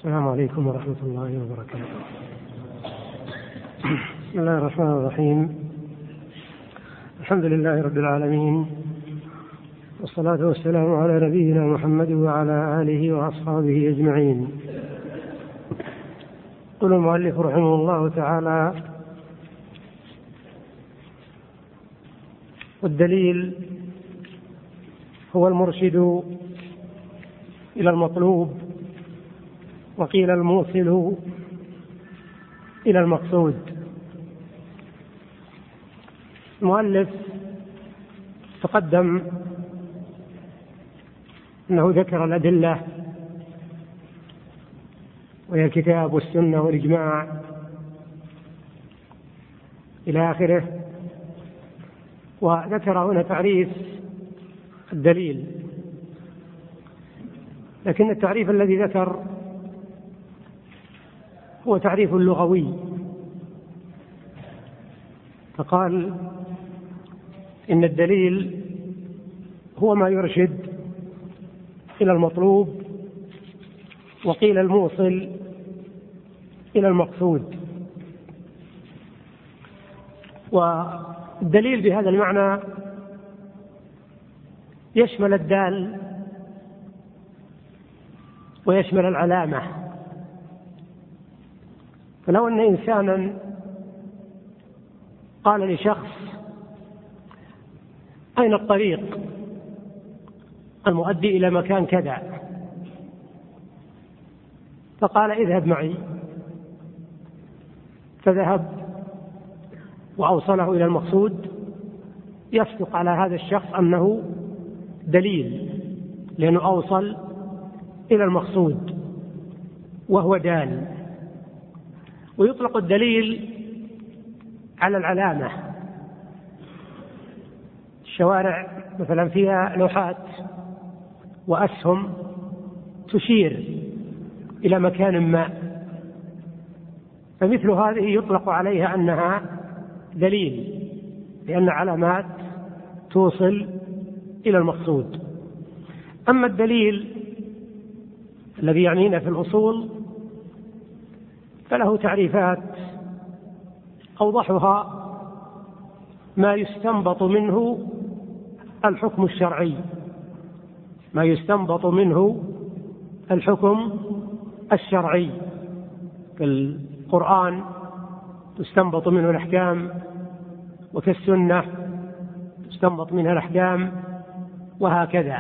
السلام عليكم ورحمة الله وبركاته. بسم الله الرحمن الرحيم. الحمد لله رب العالمين، والصلاة والسلام على نبينا محمد وعلى آله وأصحابه أجمعين. يقول المؤلف رحمه الله تعالى: والدليل هو المرشد إلى المطلوب، وقيل الموصل إلى المقصود. المؤلف تقدم أنه ذكر الأدلة وهي الكتاب والسنة والإجماع إلى آخره، وذكر هنا تعريف الدليل، لكن التعريف الذي ذكر هو تعريف لغوي، فقال إن الدليل هو ما يرشد إلى المطلوب، وقيل الموصل إلى المقصود. والدليل بهذا المعنى يشمل الدال ويشمل العلامة. فلو أن إنسانا قال لشخص: أين الطريق المؤدي إلى مكان كذا؟ فقال: اذهب معي، فذهب وأوصله إلى المقصود، يصدق على هذا الشخص أنه دليل، لأنه أوصل إلى المقصود وهو دال. ويطلق الدليل على العلامة. الشوارع مثلا فيها لوحات وأسهم تشير إلى مكان ما، فمثل هذه يطلق عليها أنها دليل، لأن علامات توصل إلى المقصود. أما الدليل الذي يعنينا في الأصول فله تعريفات، أوضحها ما يستنبط منه الحكم الشرعي، ما يستنبط منه الحكم الشرعي. في القرآن تستنبط منه الأحكام، وفي السنة تستنبط منها الأحكام، وهكذا.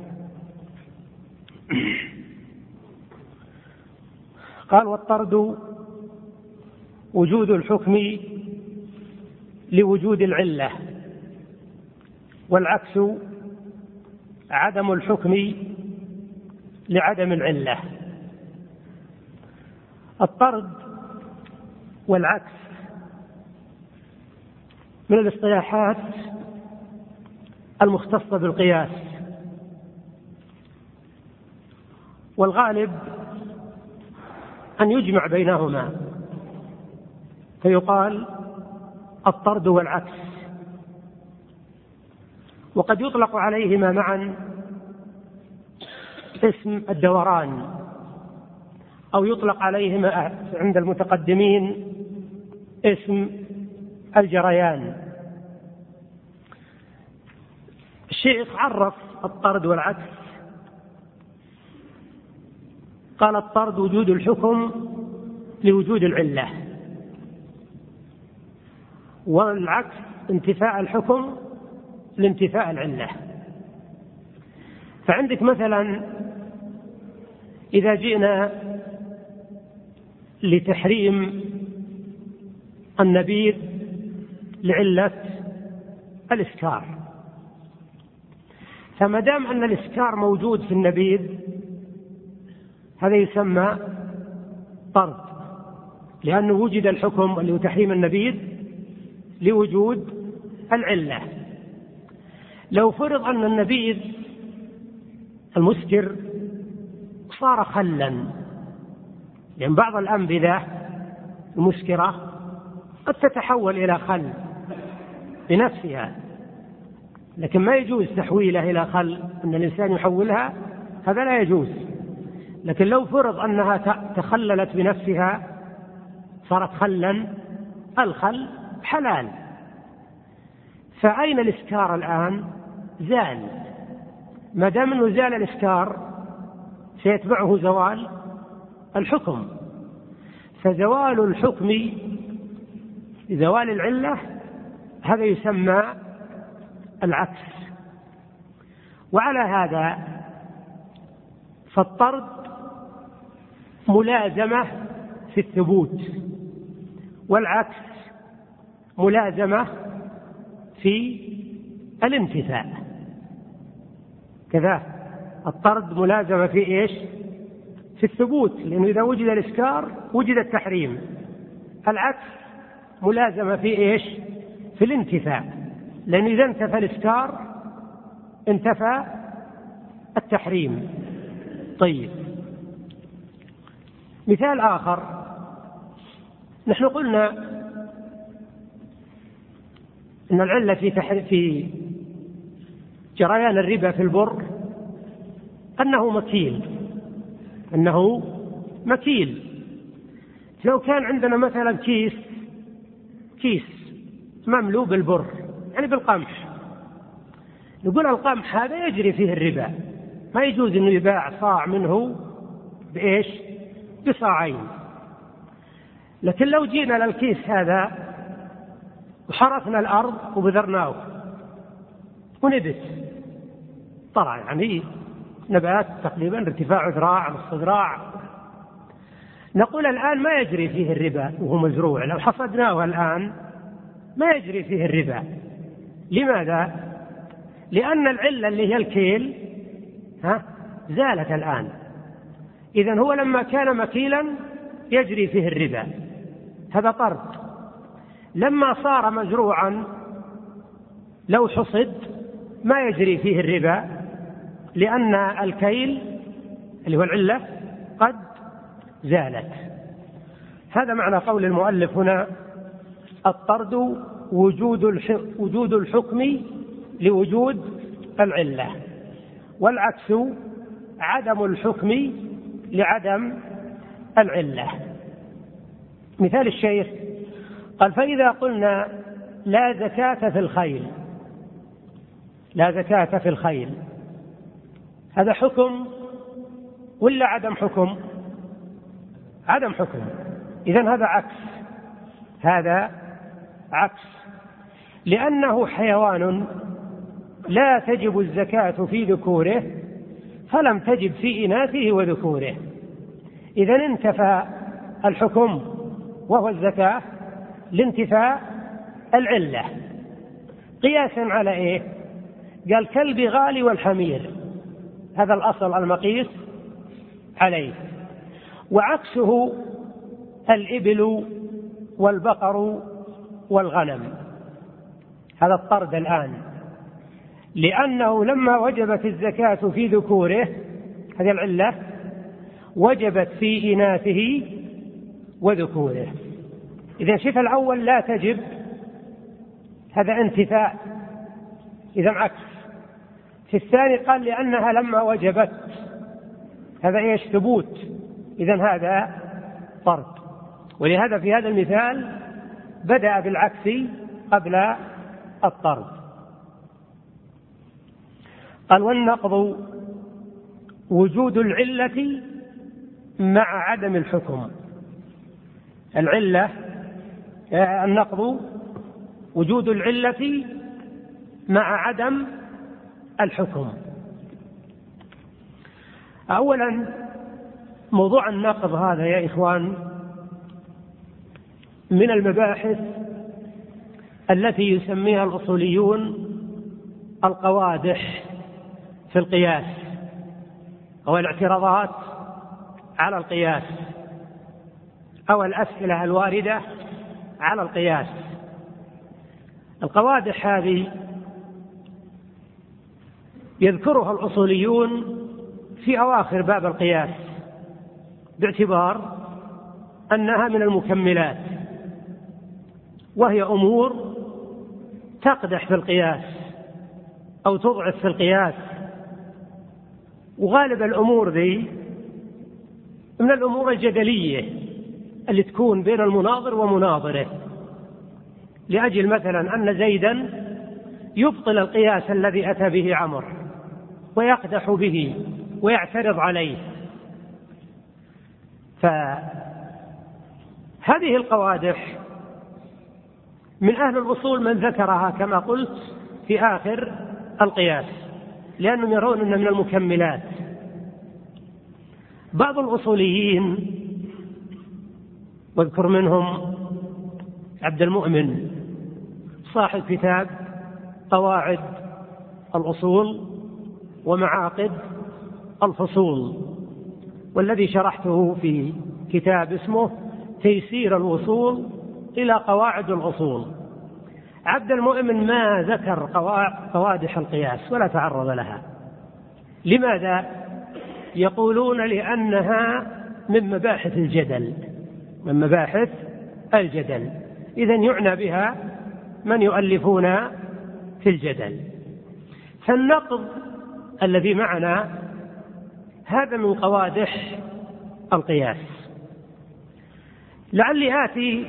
قال: والطرد وجود الحكم لوجود العلة، والعكس عدم الحكم لعدم العلة. الطرد والعكس من الاصطلاحات المختصة بالقياس، والغالب أن يجمع بينهما فيقال الطرد والعكس، وقد يطلق عليهما معا اسم الدوران، أو يطلق عليهما عند المتقدمين اسم الجريان. الشيخ عرف الطرد والعكس، قال: الطرد وجود الحكم لوجود العلة، والعكس انتفاء الحكم لانتفاء العلة. فعندك مثلا إذا جئنا لتحريم النبيذ لعلة الإسكار، فما دام أن الإسكار موجود في النبيذ هذا يسمى طرد، لأنه وجد الحكم اللي هو تحريم النبيذ لوجود العلة. لو فرض أن النبيذ المسكر صار خلا، لأن بعض الأنبذة المسكرة قد تتحول إلى خل بنفسها، لكن ما يجوز تحويلها إلى خل، أن الإنسان يحولها، هذا لا يجوز. لكن لو فرض أنها تخللت بنفسها صارت خلا، الخل حلال. فأين الإسكار الآن؟ زال. ما دام أنه زال الإسكار سيتبعه زوال الحكم، فزوال الحكم زوال العلة هذا يسمى العكس. وعلى هذا فالطرد ملازمة في الثبوت، والعكس ملازمة في الانتفاء. كذا الطرد ملازمة في إيش؟ في الثبوت، لأنه إذا وجد الإسكار وجد التحريم. العكس ملازمة في إيش؟ في الانتفاء، لأنه إذا انتفى الإسكار انتفى التحريم. طيب، مثال آخر، نحن قلنا أن العلة في جريان الربا في البر أنه مكيل. لو كان عندنا مثلا كيس مملوء بالبر، يعني بالقمح، نقول القمح هذا يجري فيه الربا، ما يجوز أنه يباع صاع منه بإيش؟ بصاعين. لكن لو جينا للكيس هذا وحرثنا الأرض وبذرناه ونبت، طلع يعني نبات تقريبا ارتفاع ذراع نصف ذراع، نقول الآن ما يجري فيه الربا وهو مزروع. لو حصدناه الآن ما يجري فيه الربا. لماذا؟ لأن العلة اللي هي الكيل زالت الآن. إذن هو لما كان مكيلا يجري فيه الربا، هذا طرد. لما صار مزروعا لو حصد ما يجري فيه الربا، لأن الكيل اللي هو العلة قد زالت. هذا معنى قول المؤلف هنا: الطرد وجود الحكم لوجود العلة، والعكس عدم الحكم لعدم العلة. مثال الشيخ قال: فإذا قلنا لا زكاة في الخيل، لا زكاة في الخيل، هذا حكم ولا عدم حكم؟ عدم حكم. إذن هذا عكس، هذا عكس، لأنه حيوان لا تجب الزكاة في ذكوره فلم تجب في إناثه وذكوره. إذن انتفى الحكم وهو الزكاة لانتفاء العلة. قياسا على إيه؟ قال: كالبغال والحمير، هذا الأصل المقيس عليه. وعكسه الإبل والبقر والغنم. هذا الطرد الآن، لأنه لما وجبت الزكاة في ذكوره، هذه العلة، وجبت في إناثه وذكوره. إذا شف الأول لا تجب، هذا انتفاء، إذا عكس. في الثاني قال لأنها لما وجبت، هذا إيش؟ ثبوت، إذا هذا طرد. ولهذا في هذا المثال بدأ بالعكس قبل الطرد. قال: والنقض وجود العلة مع عدم الحكم. العلة، النقض وجود العلة مع عدم الحكم. أولا موضوع النقض هذا يا إخوان من المباحث التي يسميها الأصوليون القوادح في القياس، أو الاعتراضات على القياس، أو الأسئلة الواردة على القياس. القوادح هذه يذكرها الأصوليون في أواخر باب القياس، باعتبار أنها من المكملات، وهي أمور تقدح في القياس أو تضعف في القياس. وغالب الأمور ذي من الأمور الجدلية اللي تكون بين المناظر ومناظره، لأجل مثلا أن زيدا يبطل القياس الذي أتى به عمرو ويقدح به ويعترض عليه. فهذه القوادح من أهل الأصول من ذكرها كما قلت في آخر القياس، لأنهم يرون أن من المكملات. بعض الأصوليين واذكر منهم عبد المؤمن صاحب كتاب قواعد الأصول ومعاقد الفصول، والذي شرحته في كتاب اسمه تيسير الوصول إلى قواعد الأصول. عبد المؤمن ما ذكر قوادح القياس ولا تعرض لها. لماذا؟ يقولون لأنها من مباحث الجدل، من مباحث الجدل، إذن يعنى بها من يؤلفون في الجدل. فالنقض الذي معنا هذا من قوادح القياس. لعلي آتي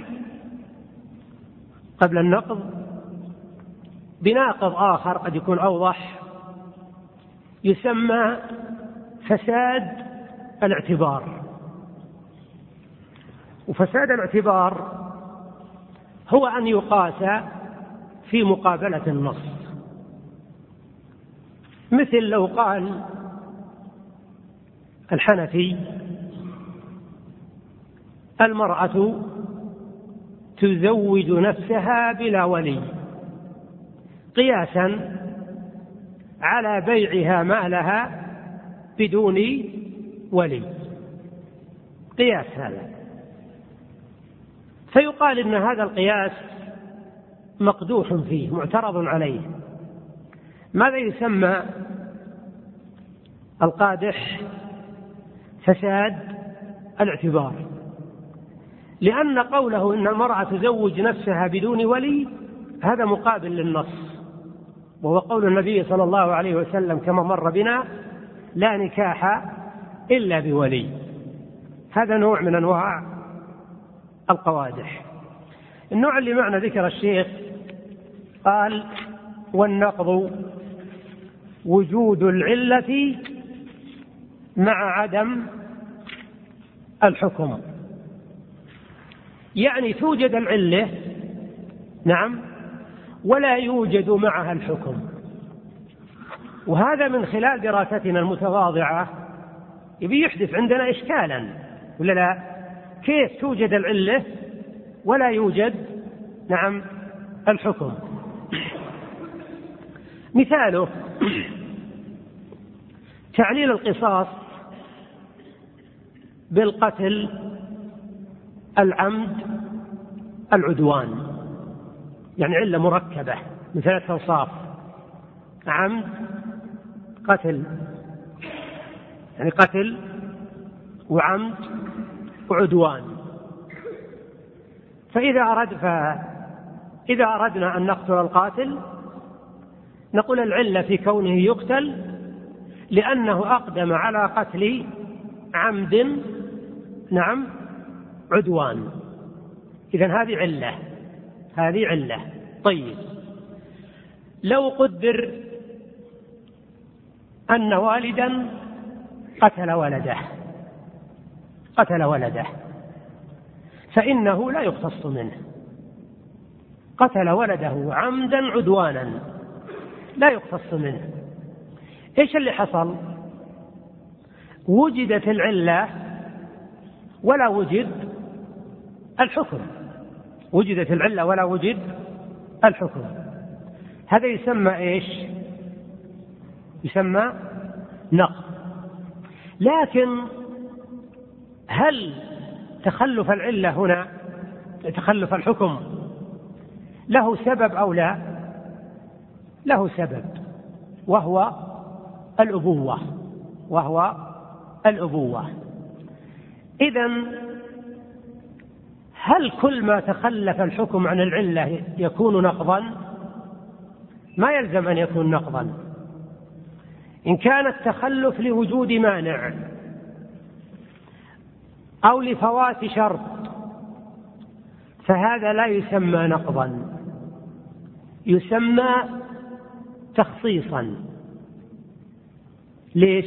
قبل النقض بناقض آخر قد يكون أوضح، يسمى فساد الاعتبار. وفساد الاعتبار هو أن يقاس في مقابلة النص، مثل لو قال الحنفي المرأة تزوج نفسها بلا ولي قياسا على بيعها مالها بدون ولي، قياس هذا، فيقال إن هذا القياس مقدوح فيه معترض عليه. ماذا يسمى القادح؟ فساد الاعتبار، لأن قوله إن المرأة تزوج نفسها بدون ولي هذا مقابل للنص، وهو قول النبي صلى الله عليه وسلم كما مر بنا: لا نكاح إلا بولي. هذا نوع من أنواع القوادح. النوع اللي معنا ذكر الشيخ قال: والنقض وجود العلة مع عدم الحكم. يعني توجد العلة نعم ولا يوجد معها الحكم. وهذا من خلال دراستنا المتواضعة يبي يحدث عندنا إشكالا ولا لا؟ كيف توجد العلة ولا يوجد نعم الحكم؟ مثاله تعليل القصاص بالقتل العمد العدوان، يعني علة مركبة من 3 أوصاف: عمد، قتل، يعني قتل وعمد وعدوان. فإذا أردنا أن نقتل القاتل نقول العلة في كونه يقتل لأنه أقدم على قتل عمد نعم عدوان. إذن هذه علة. طيب، لو قدر أن والدا قتل ولده فإنه لا يقتص منه. قتل ولده عمدا عدوانا لا يقتص منه. إيش اللي حصل؟ وجدت العلة ولا وجد الحكم. وجدت العلة ولا وجد الحكم. هذا يسمى إيش؟ يسمى نقض. لكن هل تخلف العلة هنا، تخلف الحكم، له سبب أو لا؟ له سبب، وهو الأبوة. إذن هل كل ما تخلف الحكم عن العلة يكون نقضا؟ ما يلزم أن يكون نقضا. إن كان التخلف لوجود مانع أو لفوات شرط فهذا لا يسمى نقضا، يسمى تخصيصا. ليش؟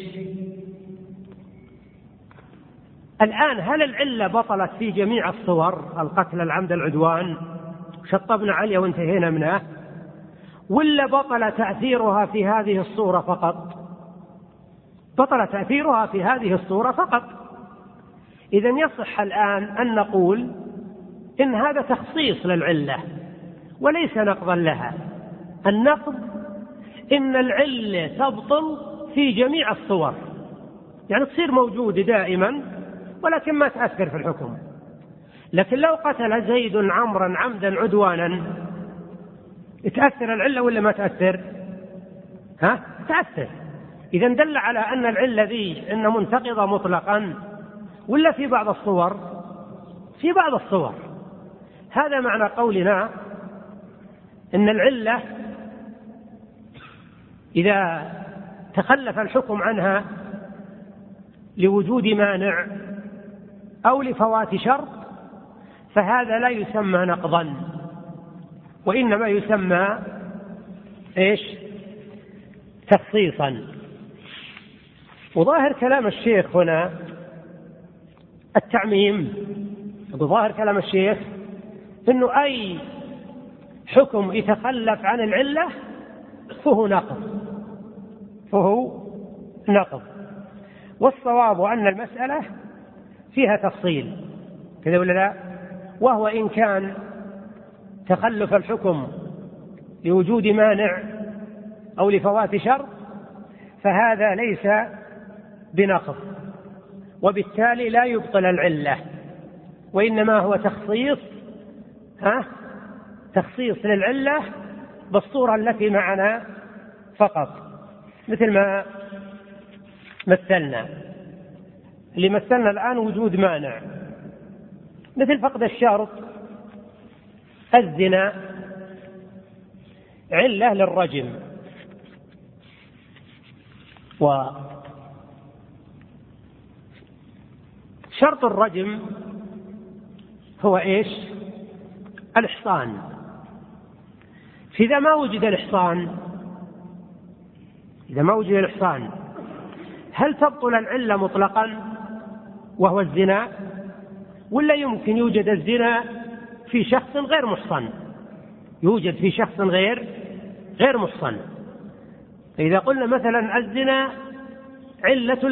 الآن هل العلة بطلت في جميع الصور، القتل، العمد، العدوان، شطبنا عليه وانتهينا منه، ولا بطل تأثيرها في هذه الصورة فقط؟ بطل تأثيرها في هذه الصورة فقط. إذن يصح الآن أن نقول إن هذا تخصيص للعلة وليس نقضا لها. النقض إن العلة تبطل في جميع الصور، يعني تصير موجودة دائما ولكن ما تأثر في الحكم. لكن لو قتل زيد عمرا عمدا عدوانا تأثر العلة ولا ما تأثر؟ تأثر. إذن دل على أن العلة ذي إن منتقضة مطلقا ولا في بعض الصور؟ في بعض الصور. هذا معنى قولنا إن العلة إذا تخلف الحكم عنها لوجود مانع أو لفوات شرط فهذا لا يسمى نقضا، وإنما يسمى تخصيصا. وظاهر كلام الشيخ هنا التعميم، وظاهر كلام الشيخ إنه أي حكم يتخلف عن العلة فهو نقض. والصواب أن المسألة فيها تفصيل كذا ولا لا؟ وهو إن كان تخلف الحكم لوجود مانع أو لفوات شرط فهذا ليس بنقض، وبالتالي لا يبطل العلة، وإنما هو تخصيص للعلة بالصورة التي معنا فقط، مثل ما مثلنا. اللي مثلنا الآن وجود مانع مثل فقد الشرط. الزنا علة للرجم، وشرط الرجم هو الإحصان. فإذا ما وجد الإحصان هل تبطل العلة مطلقا وهو الزنا، ولا يمكن يوجد الزنا في شخص غير محصن؟ يوجد في شخص غير محصن. فإذا قلنا مثلا الزنا علة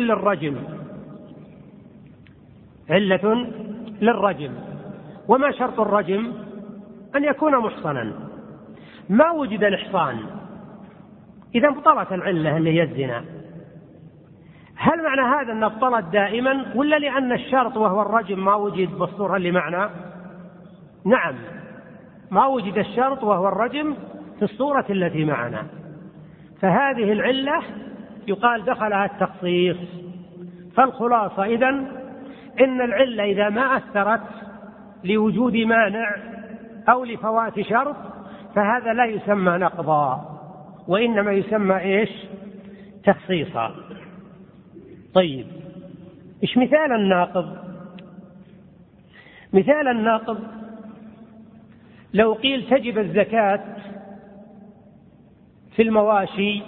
للرجم، وما شرط الرجم؟ أن يكون محصنا. ما وجد الإحصان إذا بطلت العلة اللي هي الزنا. هل معنى هذا أن بطلت دائما، ولا لأن الشرط وهو الرجم ما وجد بالصورة اللي معنا؟ نعم، ما وجد الشرط وهو الرجم في الصورة التي معنا، فهذه العلة يقال دخلها التخصيص. فالخلاصة إذن إن العلة إذا ما أثرت لوجود مانع أو لفوات شرط فهذا لا يسمى نقضا، وإنما يسمى تخصيصا. طيب، إيش مثال الناقض؟ مثال الناقض لو قيل تجب الزكاة في المواشي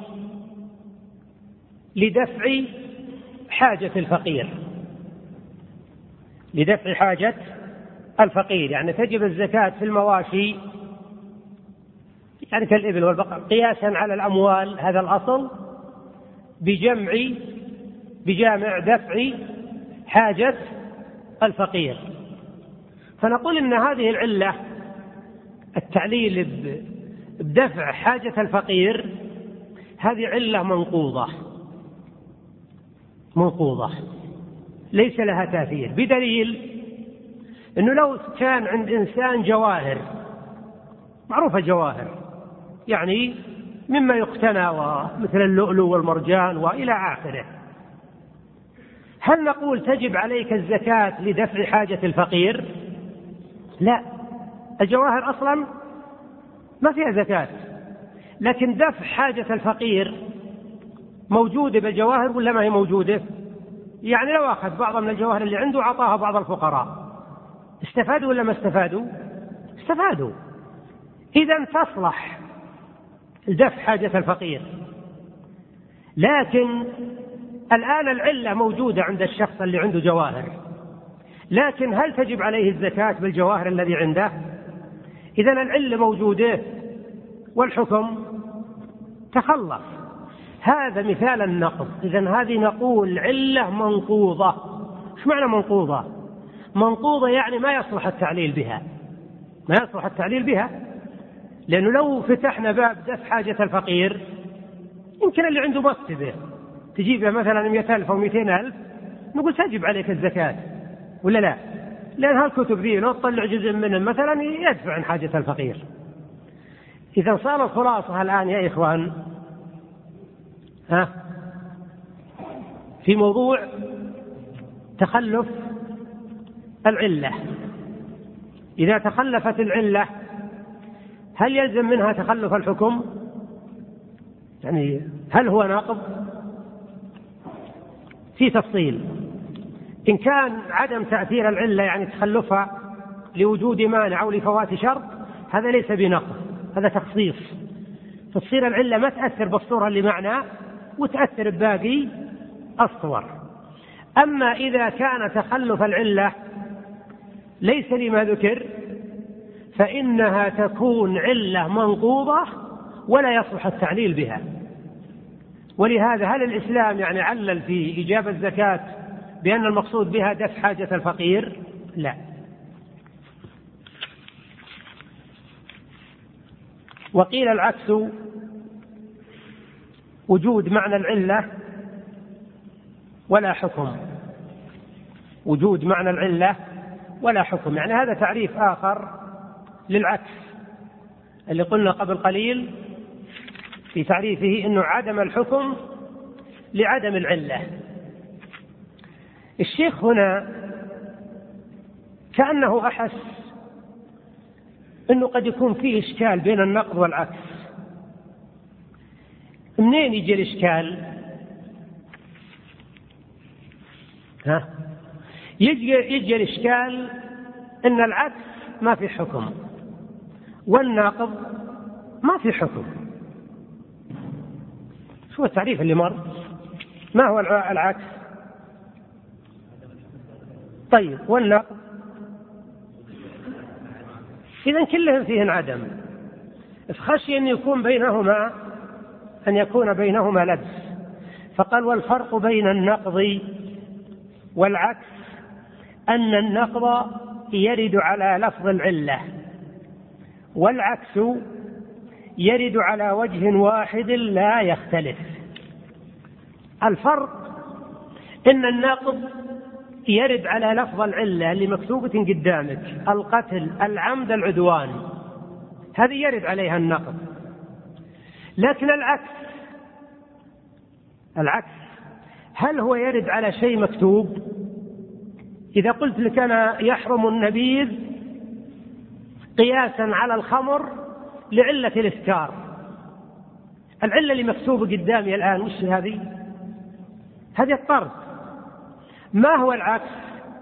لدفع حاجة الفقير، يعني تجب الزكاة في المواشي يعني كالإبل والبقر قياسا على الأموال، هذا الأصل، بجامع دفع حاجة الفقير. فنقول إن هذه العلة التعليل بدفع حاجة الفقير هذه علة منقوضة ليس لها تأثير، بدليل أنه لو كان عند إنسان جواهر معروفة، جواهر يعني مما يقتنى مثل اللؤلؤ والمرجان وإلى آخره، هل نقول تجب عليك الزكاة لدفع حاجة الفقير؟ لا، الجواهر أصلا ما فيها زكاة، لكن دفع حاجة الفقير موجودة بالجواهر ولا ما هي موجودة؟ يعني لو أخذ بعض من الجواهر اللي عنده وعطاها بعض الفقراء، استفادوا ولا ما استفادوا؟ استفادوا. إذن تصلح لدفع حاجة الفقير. لكن الآن العلة موجودة عند الشخص اللي عنده جواهر، لكن هل تجب عليه الزكاة بالجواهر الذي عنده؟ إذن العلة موجودة والحكم تخلص. هذا مثال النقض. إذن هذه نقول علة منقوضة. إيش معنى منقوضة؟ منقوضة يعني ما يصلح التعليل بها، ما يصلح التعليل بها، لأنه لو فتحنا باب دفع حاجة الفقير يمكن اللي عنده مكتبة تجيبها مثلا 100,000 أو 200,000 نقول تجب عليك الزكاة ولا لا؟ لأن هالكتب ذي لو تطلع جزء منهم مثلا يدفع عن حاجة الفقير. إذا صار الخلاصة الآن يا إخوان في موضوع تخلف العلة. إذا تخلفت العلة هل يلزم منها تخلف الحكم؟ يعني هل هو ناقض؟ في تفصيل. إن كان عدم تأثير العلة يعني تخلفها لوجود مانع أو لفوات شرط هذا ليس بنقض، هذا تخصيص. تصير العلة ما تأثر بالصورة اللي معنا وتأثر بباقي الصور. أما إذا كان تخلف العلة ليس لما ذكر فإنها تكون علة منقوضة ولا يصلح التعليل بها. ولهذا هل الإسلام يعني علل في إيجاب الزكاة بأن المقصود بها دفع حاجة الفقير؟ لا. وقيل العكس، وجود معنى العلة ولا حكم، وجود معنى العلة ولا حكم، يعني هذا تعريف آخر للعكس اللي قلنا قبل قليل في تعريفه أنه عدم الحكم لعدم العلة. الشيخ هنا كأنه أحس أنه قد يكون فيه إشكال بين النقض والعكس. منين يجي الإشكال؟ يجي الإشكال أن العكس ما في حكم والناقض ما في حكم. شو التعريف اللي مر؟ ما هو العكس؟ طيب والناقض؟ إذن كلهم فيهن عدم. خشي أن يكون بينهما لبس، فقال والفرق بين النقض والعكس أن النقض يرد على لفظ العلة والعكس يرد على وجه واحد لا يختلف. الفرق إن النقض يرد على لفظ العلة اللي مكتوبة قدامك، القتل، العمد، العدوان، هذه يرد عليها النقض. لكن العكس هل هو يرد على شيء مكتوب؟ إذا قلت لك أنا يحرم النبيذ قياسا على الخمر لعلة الإسكار، العلة اللي مكتوبة قدامي الآن وش هذه؟ هذه الطرد. ما هو العكس؟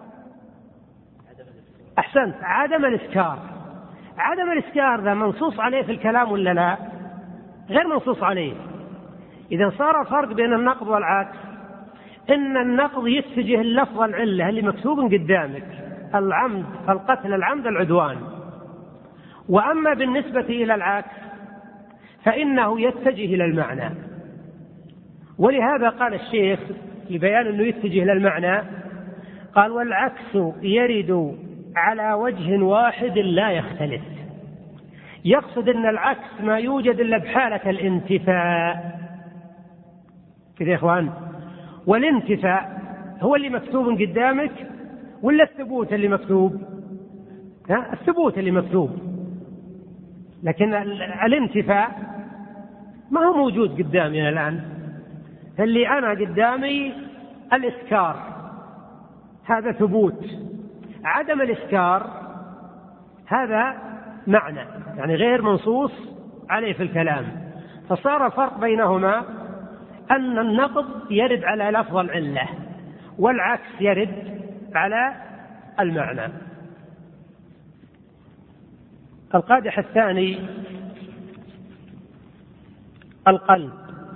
أحسنت، عدم الإسكار. عدم الإسكار ذا منصوص عليه في الكلام ولا لا؟ غير منصوص عليه. إذا صار فرق بين النقض والعكس إن النقض يتجه اللفظ العلة اللي مكتوب قدامك، العمد، القتل، العمد، العدوان. وأما بالنسبة إلى العكس فإنه يتجه إلى المعنى. ولهذا قال الشيخ لبيان أنه يتجه إلى المعنى قال والعكس يرد على وجه واحد لا يختلف. يقصد أن العكس ما يوجد إلا بحالة الانتفاء كذا يا إخوان. والانتفاء هو اللي مكتوب قدامك ولا الثبوت اللي مكتوب؟ الثبوت اللي مكتوب. لكن الانتفاء ما هو موجود قدامي الآن. اللي أنا قدامي الإسكار، هذا ثبوت. عدم الإسكار هذا معنى، يعني غير منصوص عليه في الكلام. فصار الفرق بينهما أن النقض يرد على لفظ العلة والعكس يرد على المعنى. القادح الثاني القلب،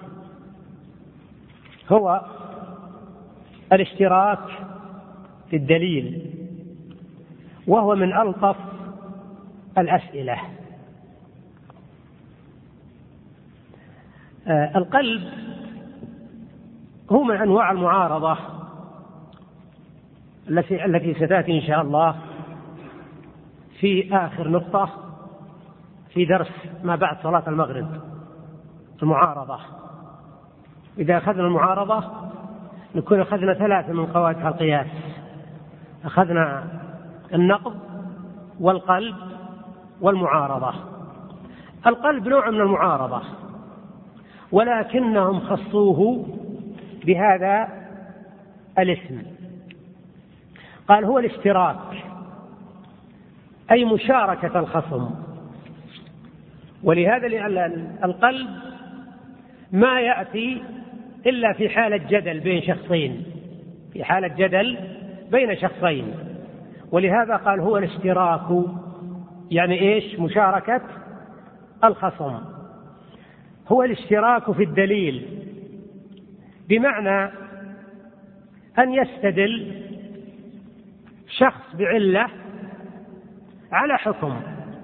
هو الاشتراك في الدليل، وهو من ألطف الأسئلة. القلب هو من أنواع المعارضة التي ستأتي إن شاء الله في آخر نقطة في درس ما بعد صلاة المغرب. المعارضة، إذا أخذنا المعارضة نكون أخذنا 3 من قواعد القياس، أخذنا النقض والقلب والمعارضة. القلب نوع من المعارضة، ولكنهم خصوه بهذا الاسم، قال هو الاشتراك، أي مشاركة الخصم. ولهذا لأن القلب ما يأتي إلا في حالة جدل بين شخصين، في حالة جدل بين شخصين، ولهذا قال هو الاشتراك، يعني إيش؟ مشاركة الخصم. هو الاشتراك في الدليل، بمعنى أن يستدل شخص بعلة على حكم،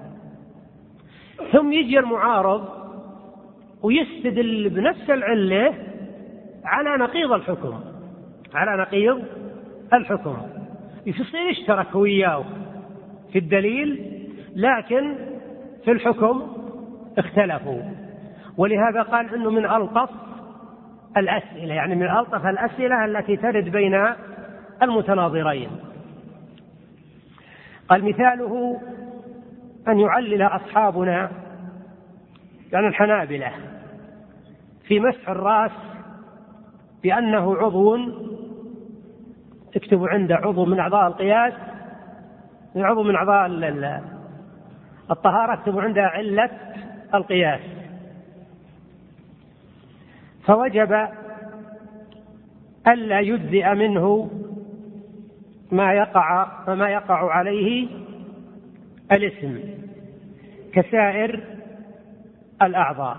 ثم يجي المعارض ويستدل بنفس العلة على نقيض الحكم، على نقيض الحكم، يصير اشترك وياه في الدليل لكن في الحكم اختلفوا. ولهذا قال إنه من ألطف الأسئلة، يعني من ألطف الأسئلة التي ترد بين المتناظرين. قال مثاله أن يعلل أصحابنا، يعني الحنابلة، في مسح الرأس بأنه عضو، اكتبوا عنده عضو من أعضاء القياس، عضو من أعضاء الطهارة، اكتبوا عنده علة القياس. فوجب ألا يجزئ منه ما يقع عليه الاسم كسائر الأعضاء،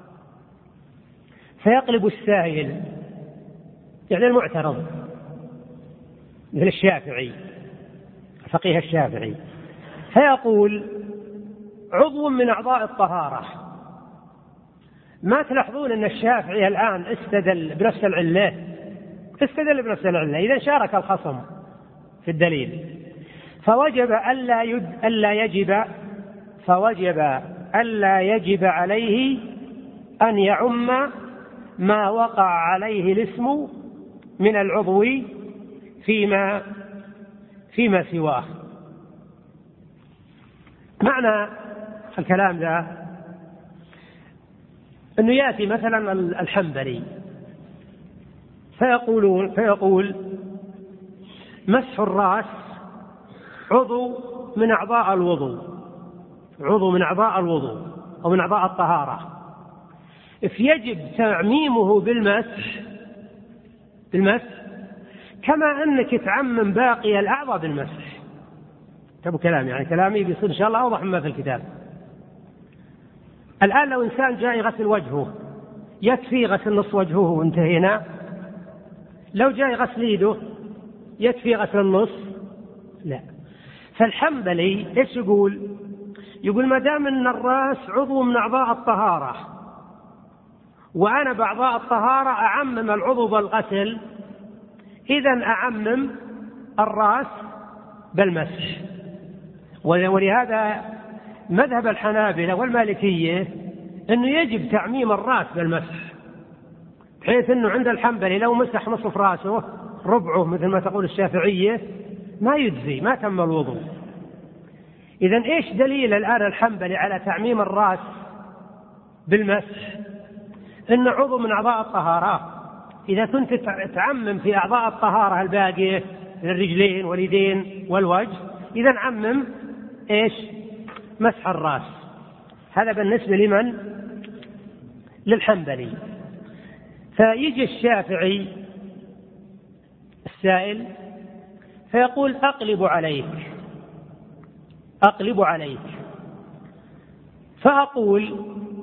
فيقلب السائل، يعني المعترض، مثل الشافعي، فقيه الشافعي، فيقول عضو من أعضاء الطهارة. ما تلاحظون أن الشافعي الآن استدل بنفس العلة، إذا شارك الخصم في الدليل. فوجب ألا يجب عليه أن يعم ما وقع عليه الاسم من العضو فيما سواه. معنى الكلام ذا أنه يأتي مثلا الحنبلي فيقول مسح الرأس عضو من أعضاء الوضوء، عضو من أعضاء الوضوء أو من أعضاء الطهارة، فيجب تعميمه بالمسح كما أنك تعمم باقي الأعضاء بالمسح. تبو كلام، يعني كلامي بيصير إن شاء الله أوضح مما في الكتاب. الآن لو إنسان جاء يغسل وجهه يكفي غسل نصف وجهه وانتهينا؟ لو جاء يغسل يده يكفي غسل النصف؟ لا. فالحنبلي إيش يقول ما دام أن الرأس عضو من أعضاء الطهارة وأنا بأعضاء الطهارة أعمم العضو بالغسل، إذن أعمم الرأس بالمسح. ولهذا مذهب الحنابلة والمالكية أنه يجب تعميم الرأس بالمسح، بحيث أنه عند الحنبلي لو مسح نصف رأسه ربعه مثل ما تقول الشافعية ما يجزي، ما تم الوضوء. إذن إيش دليل الآن الحنبلي على تعميم الرأس بالمسح؟ إن عضو من أعضاء الطهارة، إذا كنت تعمم في أعضاء الطهارة الباقية الرجلين واليدين والوجه، إذن عمم إيش؟ مسح الرأس. هذا بالنسبة لمن؟ السائل فيقول أقلب عليك، فأقول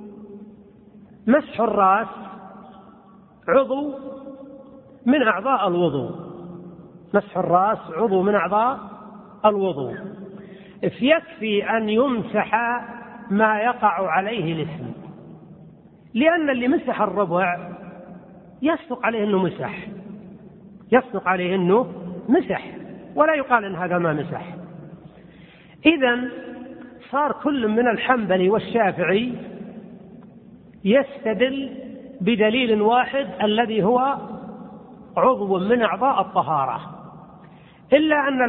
مسح الرأس عضو من أعضاء الوضوء، مسح الرأس عضو من أعضاء الوضوء، فيكفي أن يمسح ما يقع عليه الاسم، لأن اللي مسح الربع يصدق عليه أنه مسح ولا يقال أن هذا ما مسح. إذن صار كل من الحنبلي والشافعي يستدل بدليل واحد الذي هو عضو من أعضاء الطهارة، إلا أن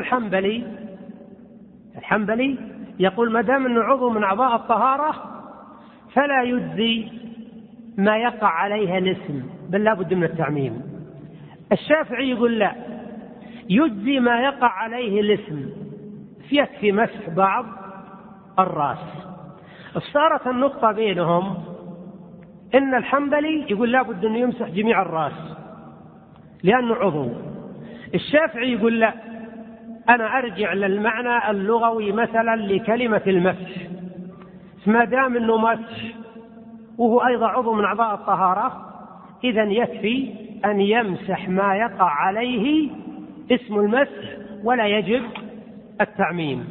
الحنبلي يقول ما دام أنه عضو من أعضاء الطهارة فلا يجزي ما يقع عليها الاسم، بل لا بد من التعميم. الشافعي يقول لا، يجزي ما يقع عليه الاسم، فيكفي مسح بعض الرأس. صارت النقطة بينهم إن الحنبلي يقول لا بد أنه يمسح جميع الرأس لأنه عضو، الشافعي يقول لا، أنا أرجع للمعنى اللغوي مثلا لكلمة المسح، ما دام أنه مسح وهو أيضا عضو من أعضاء الطهارة إذن يكفي أن يمسح ما يقع عليه اسم المسح ولا يجب التعميم.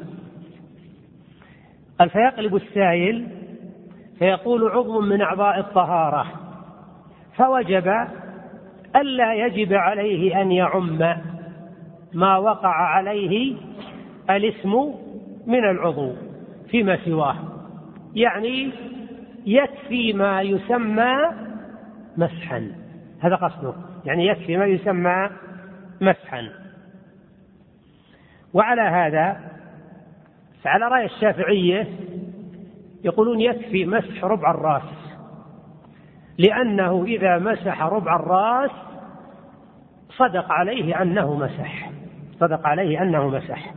فيقلب السائل فيقول عضو من أعضاء الطهارة، فوجب ألا يجب عليه أن يعم ما وقع عليه الاسم من العضو فيما سواه، يعني يكفي ما يسمى مسحا، هذا قصده، يعني يكفي ما يسمى مسحا. وعلى هذا فعلى رأي الشافعية يقولون يكفي مسح ربع الرأس، لأنه إذا مسح ربع الرأس صدق عليه أنه مسح.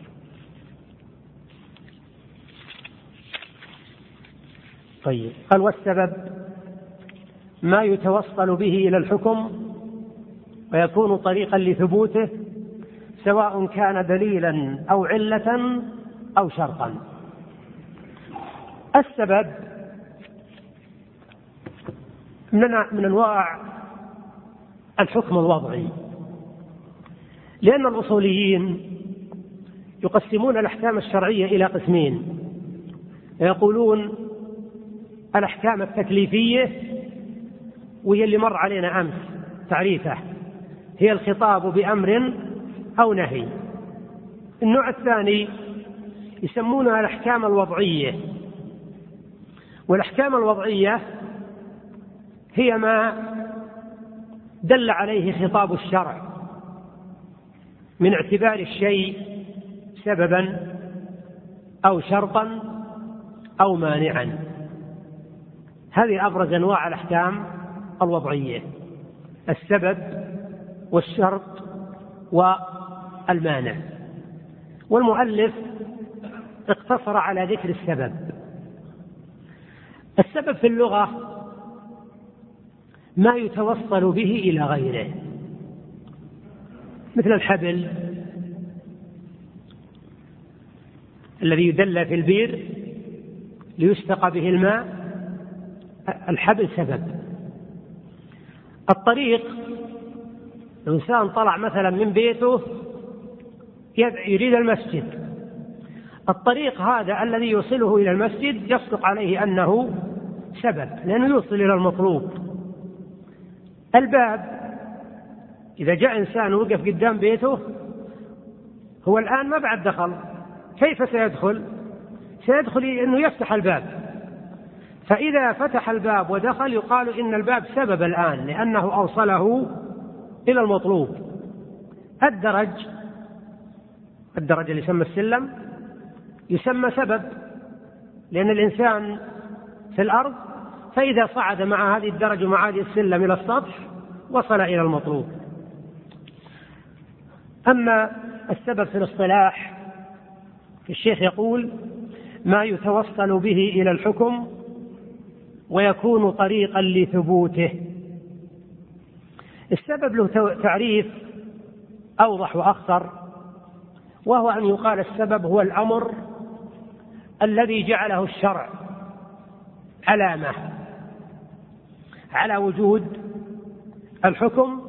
طيب، قال والسبب ما يتوصل به إلى الحكم ويكون طريقا لثبوته سواء كان دليلا أو علة أو شرطا. السبب من أنواع الحكم الوضعي، لأن الأصوليين يقسمون الأحكام الشرعية إلى قسمين، يقولون الأحكام التكليفية وهي اللي مر علينا أمس تعريفه، هي الخطاب بأمر أو نهي. النوع الثاني يسمونها الأحكام الوضعية، والأحكام الوضعية هي ما دل عليه خطاب الشرع من اعتبار الشيء سببا أو شرطا أو مانعا. هذه أبرز أنواع الأحكام الوضعية، السبب والشرط والمانع. والمؤلف اقتصر على ذكر السبب. السبب في اللغة ما يتوصل به إلى غيره، مثل الحبل الذي يدلى في البير ليستقى به الماء، الحبل سبب. الطريق، الإنسان طلع مثلا من بيته يريد المسجد، الطريق هذا الذي يوصله إلى المسجد يصدق عليه أنه سبب لأنه يوصل إلى المطلوب. الباب، إذا جاء إنسان وقف قدام بيته، هو الآن ما بعد دخل، كيف سيدخل؟ سيدخل إنه يفتح الباب، فإذا فتح الباب ودخل يقال إن الباب سبب الآن لأنه أوصله إلى المطلوب. الدرج اللي يسمى السلم يسمى سبب، لأن الإنسان في الأرض، فإذا صعد مع هذه الدرج ومع هذه السلم إلى السطح وصل إلى المطلوب. أما السبب في الاصطلاح، الشيخ يقول ما يتوصل به إلى الحكم ويكون طريقا لثبوته. السبب له تعريف أوضح وأخطر، وهو أن يقال السبب هو الأمر الذي جعله الشرع علامة على وجود الحكم،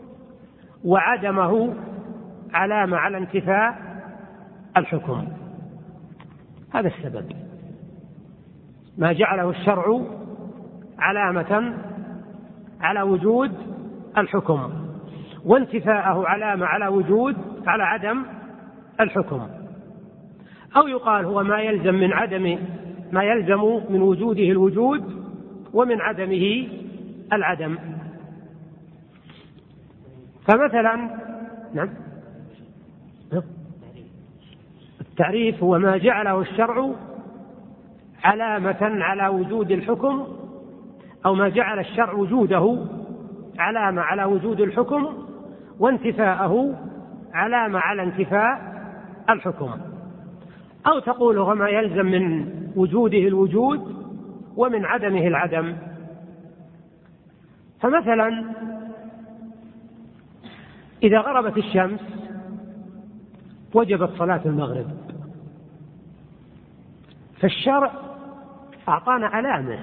وعدمه علامة على انتفاء الحكم. هذا السبب، ما جعله الشرع علامة على وجود الحكم، وانتفاءه علامة على عدم الحكم. أو يقال هو ما يلزم من وجوده الوجود ومن عدمه العدم. فمثلا التعريف هو ما جعله الشرع علامة على وجود الحكم، أو ما جعل الشرع وجوده علامة على وجود الحكم، وانتفاءه علامة على انتفاء الحكم. أو تقول هو ما يلزم من وجوده الوجود ومن عدمه العدم. فمثلا إذا غربت الشمس وجبت صلاة المغرب، فالشرع أعطانا علامة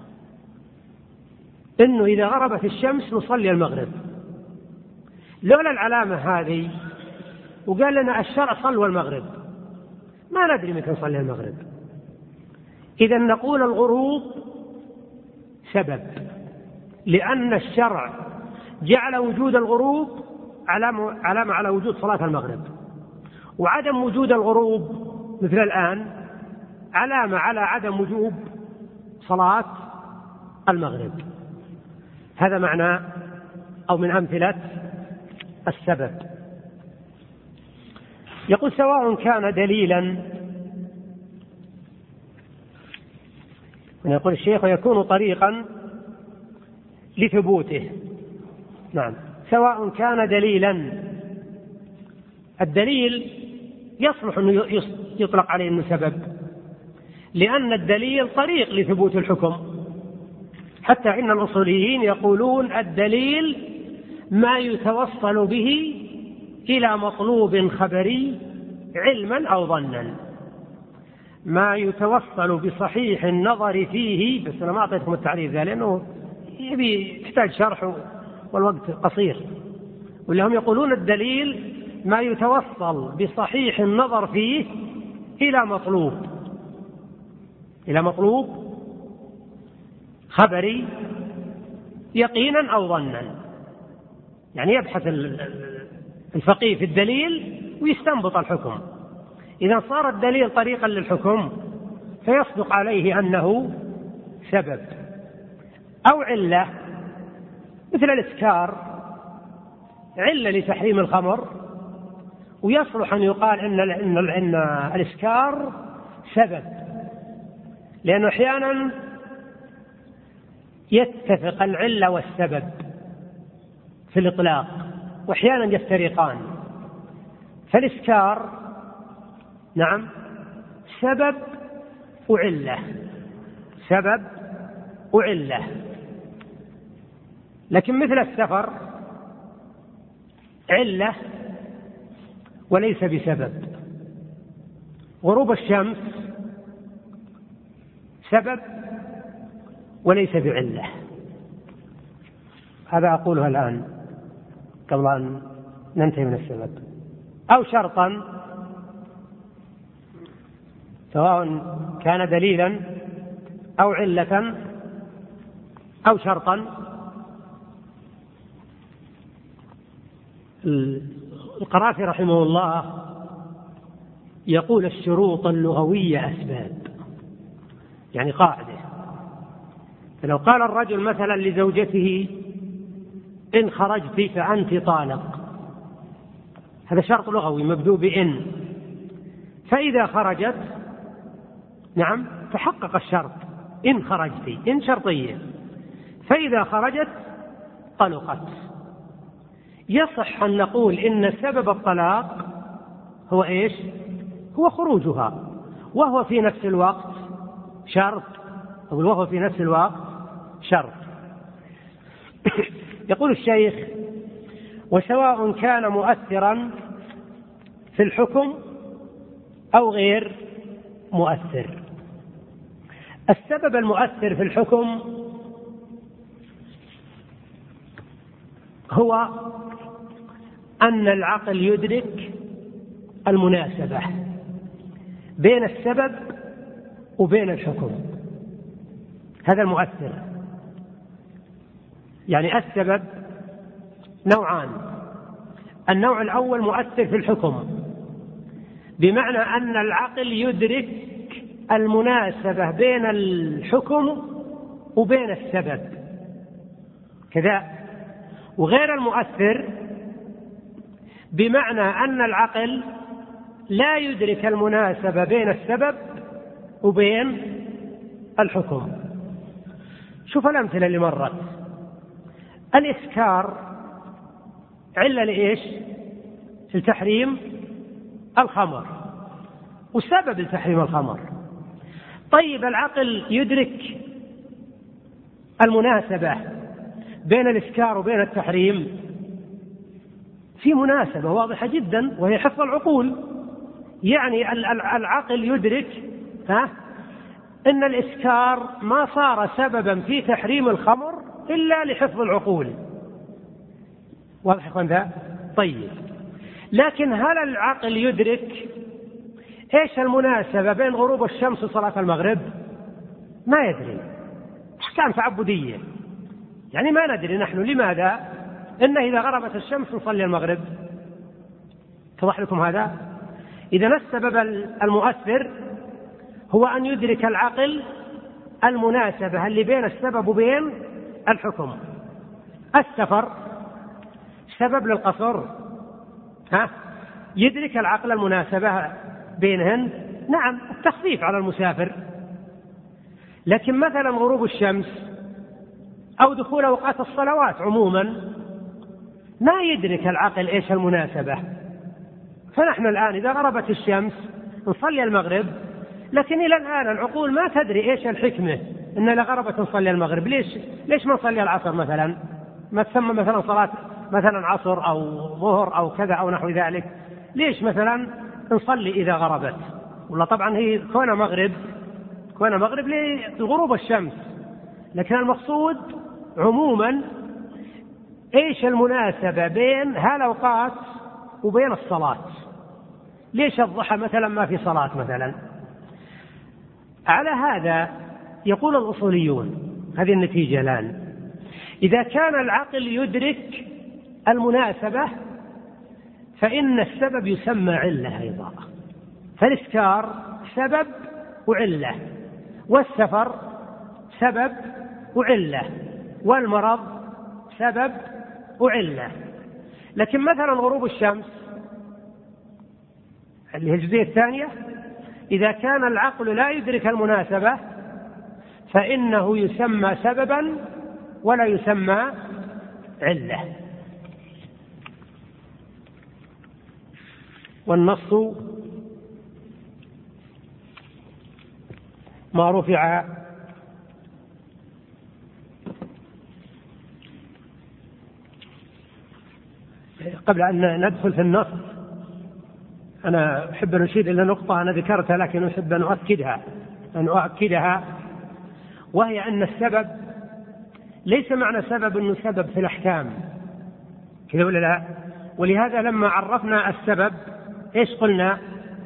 إنه إذا غربت الشمس نصلي المغرب. لولا العلامة هذه وقال لنا الشرع صلوا المغرب، ما ندري متى نصلي المغرب. إذا نقول الغروب سبب، لأن الشرع جعل وجود الغروب علامة على وجود صلاة المغرب، وعدم وجود الغروب مثل الآن علامة على عدم وجوب صلاة المغرب. هذا معنى أو من أمثلة السبب. يقول سواء كان دليلا، يقول الشيخ ويكون طريقا لثبوته. نعم، سواء كان دليلا، الدليل يصلح أن يطلق عليه أنه سبب، لأن الدليل طريق لثبوت الحكم. حتى إن الأصوليين يقولون الدليل ما يتوصل به إلى مطلوب خبري علما أو ظنا، ما يتوصل بصحيح النظر فيه. بس أنا ما أعطيتكم التعريف ذا لأنه يحتاج شرح والوقت قصير. ولهم يقولون الدليل ما يتوصل بصحيح النظر فيه إلى مطلوب خبري يقينا أو ظنا. يعني يبحث الفقيه في الدليل ويستنبط الحكم. إذا صار الدليل طريقا للحكم فيصدق عليه أنه سبب أو علة، مثل الإسكار علة لتحريم الخمر، ويصلح أن يقال إن الإسكار سبب، لأنه أحيانا يتفق العلة والسبب في الإطلاق، وأحيانا يفترقان. فالإسكار نعم سبب وعلة، لكن مثل السفر علة وليس بسبب. غروب الشمس سبب وليس بعلة. هذا أقوله الآن قبل أن ننتهي من السبب. أو شرطا، سواء كان دليلا أو علة أو شرطا. القرافي رحمه الله يقول الشروط اللغوية أسباب، يعني قاعدة. فلو قال الرجل مثلا لزوجته إن خرجت فأنت طالق، هذا شرط لغوي مبدوء بإن، فإذا خرجت نعم تحقق الشرط. إن خرجت، إن شرطية، فإذا خرجت طلقت. يصح أن نقول إن سبب الطلاق هو إيش؟ هو خروجها، وهو في نفس الوقت شرط، يقول الشيخ وسواء كان مؤثرا في الحكم أو غير مؤثر. السبب المؤثر في الحكم هو أن العقل يدرك المناسبة بين السبب وبين الحكم، هذا المؤثر. يعني السبب نوعان، النوع الأول مؤثر في الحكم، بمعنى أن العقل يدرك المناسبة بين الحكم وبين السبب كذا. وغير المؤثر بمعنى أن العقل لا يدرك المناسبة بين السبب وبين الحكم. شوف الأمثلة اللي مرت. الإسكار علة لإيش؟ لتحريم الخمر وسبب لتحريم الخمر. طيب العقل يدرك المناسبة بين الإسكار وبين التحريم؟ في مناسبة واضحة جدا وهي حفظ العقول. يعني العقل يدرك أن الإسكار ما صار سببا في تحريم الخمر إلا لحفظ العقول. واضح يا أخوان؟ طيب لكن هل العقل يدرك إيش المناسبة بين غروب الشمس وصلاة المغرب؟ ما يدري. أحكام تعبدية، يعني ما ندري نحن لماذا إن إذا غربت الشمس نصلي المغرب. توضح لكم هذا؟ إذا السبب المؤثر هو أن يدرك العقل المناسبة اللي بين السبب وبين الحكم. السفر سبب للقصر، يدرك العقل المناسبة بينهن؟ نعم، التخفيف على المسافر. لكن مثلا غروب الشمس أو دخول أوقات الصلوات عموما ما يدرك العقل إيش المناسبة. فنحن الآن إذا غربت الشمس نصلي المغرب، لكن إلى الآن العقول ما تدري إيش الحكمة إن إذا غربت نصلي المغرب. ليش ما نصلي العصر مثلا؟ ما تسمى مثلا صلاة مثلا عصر أو ظهر أو كذا أو نحو ذلك. ليش مثلا نصلي إذا غربت؟ والله طبعا هي كون مغرب لغروب الشمس، لكن المقصود عموما إيش المناسبة بين هالأوقات وبين الصلاة. ليش الضحى مثلا ما في صلاة مثلا؟ على هذا يقول الأصوليون هذه النتيجة الآن: إذا كان العقل يدرك المناسبة فإن السبب يسمى علة أيضا. فالإسكار سبب وعلة، والسفر سبب وعلة، والمرض سبب وعلة. لكن مثلا غروب الشمس اللي هي الجزئية الثانية، إذا كان العقل لا يدرك المناسبة فإنه يسمى سببا ولا يسمى علة. والنص ما رفع قبل أن ندخل في النص أنا أحب أن أشير إلى نقطة أنا ذكرتها لكن أحب أن أؤكدها، وهي أن السبب ليس معنى سبب أنه سبب في الأحكام كذا ولا لا. ولهذا لما عرفنا السبب إيش قلنا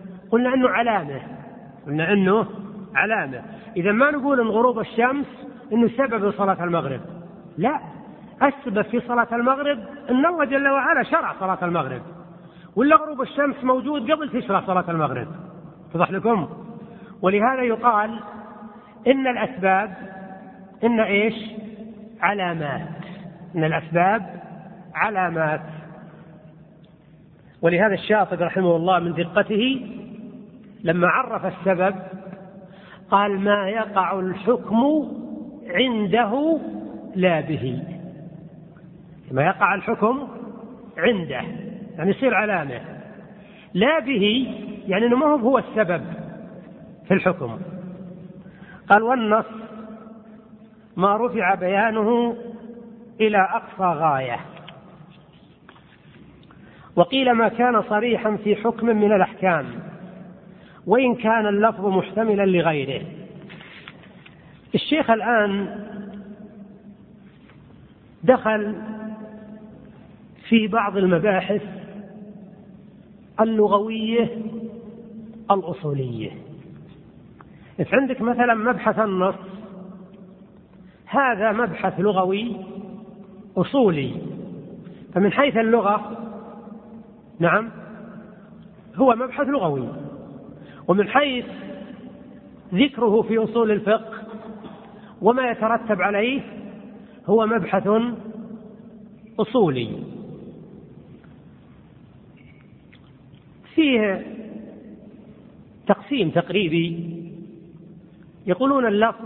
أنه علامة. إذا ما نقول أن غروب الشمس أنه سبب صلاة المغرب، لا، السبب في صلاة المغرب أن الله جل وعلا شرع صلاة المغرب، ولا غروب الشمس موجود قبل تشرع صلاة المغرب. توضح لكم؟ ولهذا يقال إن الأسباب علامات. إن الأسباب علامات. ولهذا الشاطبي رحمه الله من دقته لما عرف السبب قال: ما يقع الحكم عنده لا به. ما يقع الحكم عنده يعني يصير علامة، لا به يعني أنه ما هو السبب في الحكم. قال: والنص ما رفع بيانه إلى أقصى غاية. وقيل ما كان صريحا في حكم من الأحكام وإن كان اللفظ محتملا لغيره. الشيخ الآن دخل في بعض المباحث اللغوية الأصولية. عندك مثلا مبحث النص، هذا مبحث لغوي أصولي، فمن حيث اللغة نعم هو مبحث لغوي، ومن حيث ذكره في أصول الفقه وما يترتب عليه هو مبحث أصولي. فيه تقسيم تقريبي، يقولون اللفظ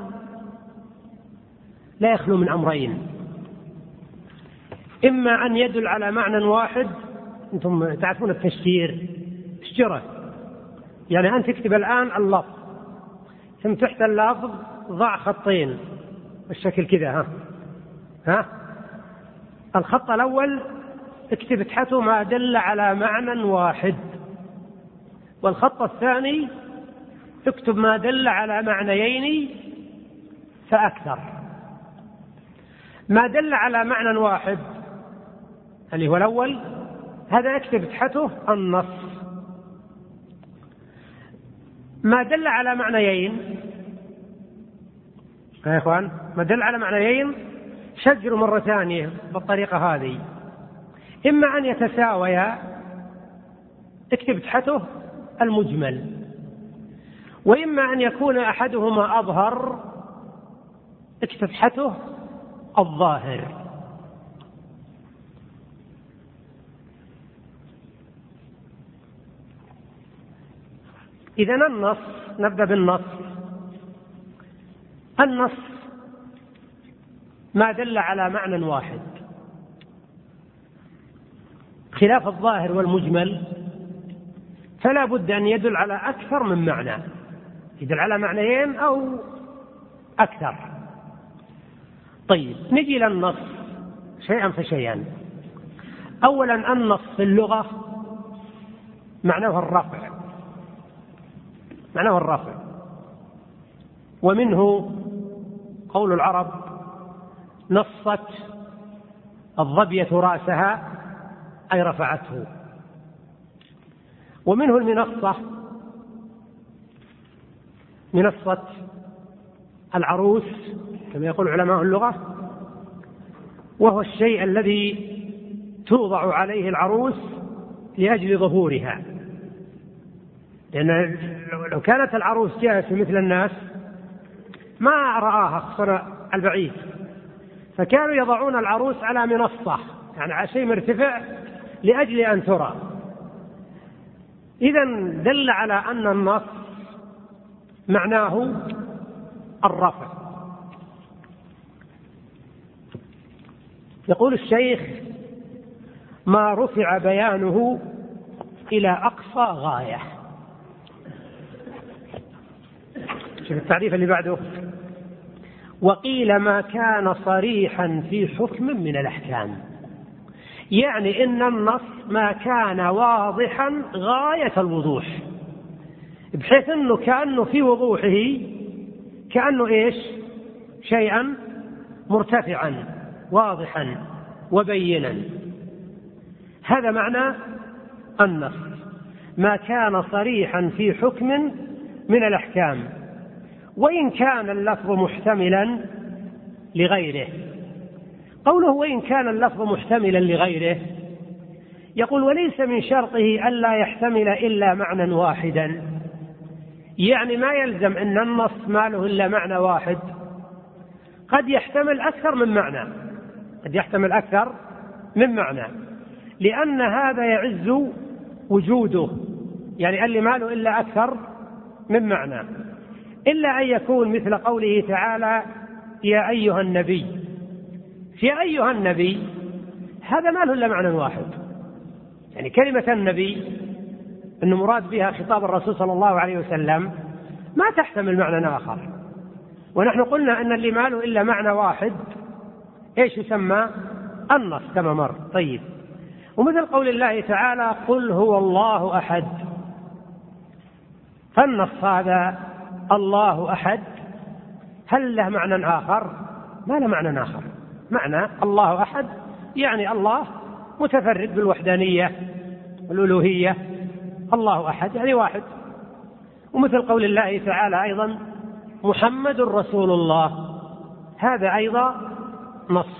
لا يخلو من أمرين: إما أن يدل على معنى واحد، أنتم تعرفون التشجير، تشجره يعني أن تكتب الآن اللفظ ثم تحت اللفظ ضع خطين بالشكل كذا، ها الخط الأول اكتب تحته ما دل على معنى واحد، والخط الثاني اكتب ما دل على معنيين فأكثر. ما دل على معنى واحد اللي هو الأول، هذا اكتب تحته النص. ما دل على معنيين يا إخوان، ما دل على معنيين شجروا مرة ثانية بالطريقة هذه: إما أن يتساويا اكتب تحته المجمل، وإما أن يكون أحدهما أظهر اكتب تحته الظاهر. إذن النص، نبدأ بالنص. النص ما دل على معنى واحد، خلاف الظاهر والمجمل، فلا بد أن يدل على أكثر من معنى، يدل على معنيين أو أكثر. طيب نجي للنص شيئا فشيئا. أولا النص في اللغة معناه الرفع، معناه الرفع، ومنه قول العرب: نصت الظبية رأسها، أي رفعته. ومنه المنصة، منصة العروس كما يقول علماء اللغة، وهو الشيء الذي توضع عليه العروس لأجل ظهورها، لأن لو كانت العروس جالسة مثل الناس ما رآها خصوصا البعيد، فكانوا يضعون العروس على منصة، يعني على شيء مرتفع لأجل أن ترى. إذن دل على أن النص معناه الرفع. يقول الشيخ: ما رفع بيانه إلى أقصى غاية. شوف التعريف اللي بعده: وقيل ما كان صريحا في حكم من الأحكام. يعني إن النص ما كان واضحا غاية الوضوح، بحيث أنه كأنه في وضوحه كأنه إيش؟ شيئا مرتفعا واضحا وبينا. هذا معنى النص، ما كان صريحا في حكم من الأحكام وإن كان اللفظ محتملا لغيره. قوله وإن كان اللفظ محتملا لغيره، يقول: وليس من شرطه ألا يحتمل إلا معنى واحدا. يعني ما يلزم أن النص ما له إلا معنى واحد، قد يحتمل أكثر من معنى، قد يحتمل أكثر من معنى، لأن هذا يعز وجوده، يعني اللي ما له إلا أكثر من معنى، إلا أن يكون مثل قوله تعالى: يا أيها النبي. في أيها النبي هذا ما له إلا معنى واحد، يعني كلمة النبي أن مراد بها خطاب الرسول صلى الله عليه وسلم ما تحتمل معنى آخر. ونحن قلنا أن اللي ما له إلا معنى واحد إيش يسمى؟ النص كما مر. طيب، ومثل قول الله تعالى قل هو الله أحد، فالنص هذا الله أحد هل له معنى آخر؟ ما له معنى آخر. معنى الله أحد يعني الله متفرد بالوحدانية والألوهية، الله أحد يعني واحد. ومثل قول الله تعالى أيضا محمد رسول الله، هذا أيضا نص.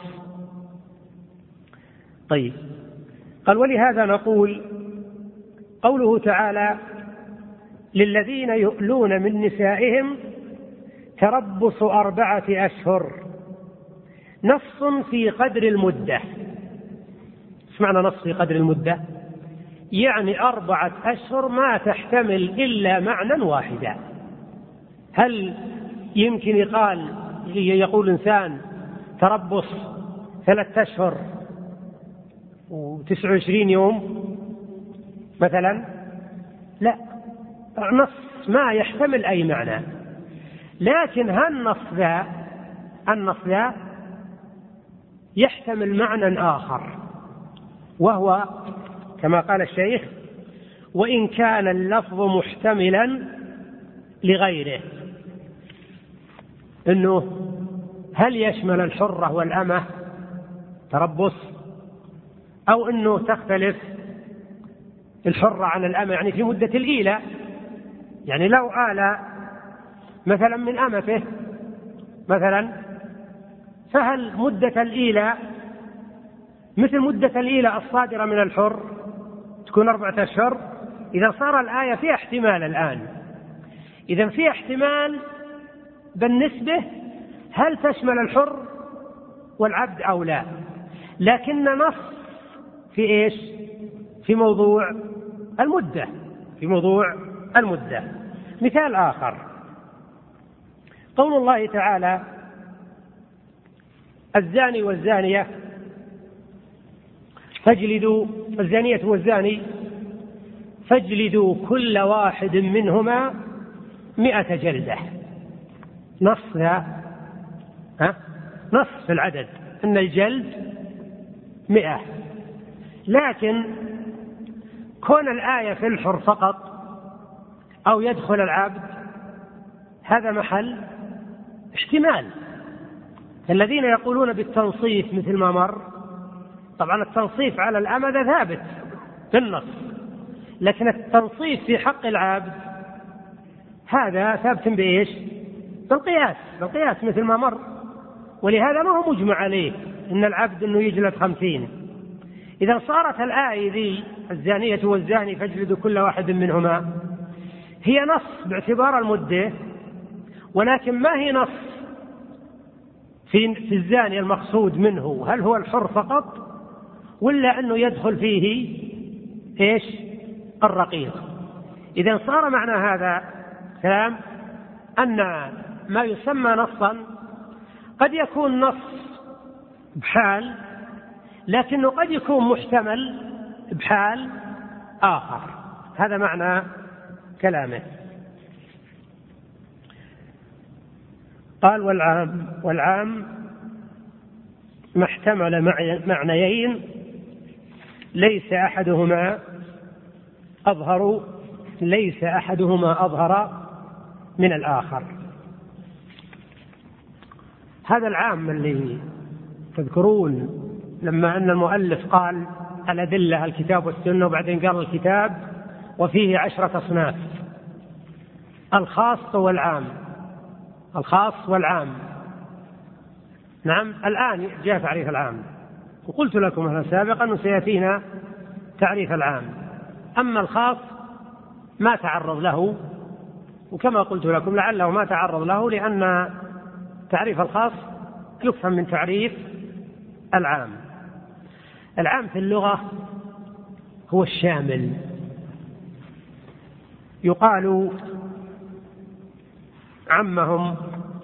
طيب، قال ولهذا نقول قوله تعالى للذين يؤلون من نسائهم تربص 4 أشهر نص في قدر المدة. ايش معنى نص في قدر المدة؟ يعني 4 أشهر ما تحتمل إلا معنى واحدا. هل يمكن يقول إنسان تربص 3 أشهر و29 يوم مثلا؟ لا، نص ما يحتمل أي معنى. لكن النص ذا يحتمل معنى آخر، وهو كما قال الشيخ وإن كان اللفظ محتملا لغيره، إنه هل يشمل الحرة والأمة تربص، أو إنه تختلف الحرة عن الأمة يعني في مدة الإيلة. يعني لو آل مثلا من أمته مثلا، فهل مدة الإيلة مثل مدة الإيلة الصادرة من الحر تكون 4 أشهر؟ إذا صار الآية فيها احتمال الآن، إذا فيها احتمال بالنسبة هل تشمل الحر والعبد أو لا. لكن نص في إيش؟ في موضوع المدة، في موضوع المدة. مثال آخر قول الله تعالى الزاني والزانية فاجلدوا، الزانية والزاني فاجلدوا كل واحد منهما 100 جلدة. نص في العدد أن الجلد 100. لكن كون الآية في الحر فقط أو يدخل العبد هذا محل احتمال. الذين يقولون بالتنصيف مثل ما مر، طبعا التنصيف على الأمة ثابت في النص، لكن التنصيف في حق العبد هذا ثابت بإيش؟ بالقياس مثل ما مر. ولهذا ما هو مجمع عليه إن العبد إنه يجلد 50. إذا صارت الآية ذي الزانية والزاني فاجلدوا كل واحد منهما هي نص باعتبار المدة، ولكن ما هي نص في الزاني المقصود منه هل هو الحر فقط ولا أنه يدخل فيه إيش؟ الرقيق. إذا صار معنى هذا كلام أن ما يسمى نصا قد يكون نص بحال، لكنه قد يكون محتمل بحال آخر. هذا معنى كلامه. قال والعام ما احتمل معنيين ليس أحدهما أظهر من الآخر. هذا العام اللي تذكرون لما أن المؤلف قال الأدلة الكتاب والسنة، وبعدين قال الكتاب وفيه 10 أصناف: الخاص والعام. نعم، الآن جاء تعريف العام، وقلت لكم هذا سابقا أنه سيأتينا تعريف العام. أما الخاص ما تعرض له، وكما قلت لكم لعله ما تعرض له لأن تعريف الخاص يفهم من تعريف العام. العام في اللغة هو الشامل. يقال عمهم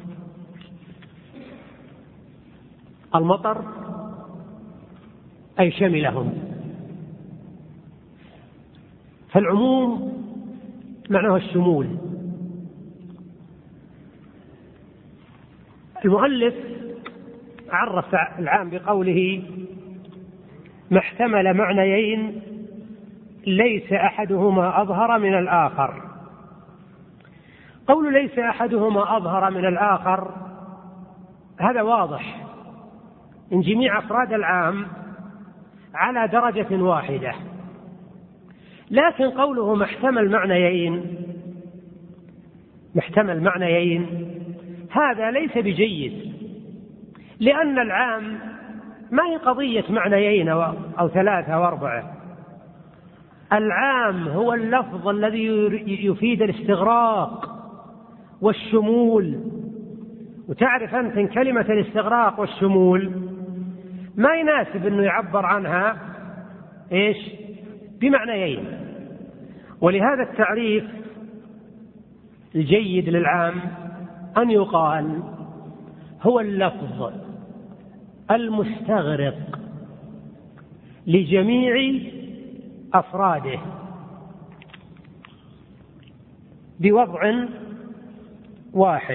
المطر أي شملهم. فالعموم معناه الشمول. المؤلف عرف العام بقوله ما احتمل معنيين ليس أحدهما أظهر من الآخر. قول ليس أحدهما أظهر من الآخر هذا واضح إن جميع أفراد العام على درجة واحدة، لكن قوله محتمل معنيين هذا ليس بجيد، لأن العام ما هي قضية معنيين أو ثلاثة أو أربعة. العام هو اللفظ الذي يفيد الاستغراق والشمول، وتعرف أنت إن كلمة الاستغراق والشمول ما يناسب أنه يعبر عنها بمعنيين. ولهذا التعريف الجيد للعام أن يقال هو اللفظ المستغرق لجميع أفراده بوضع واحد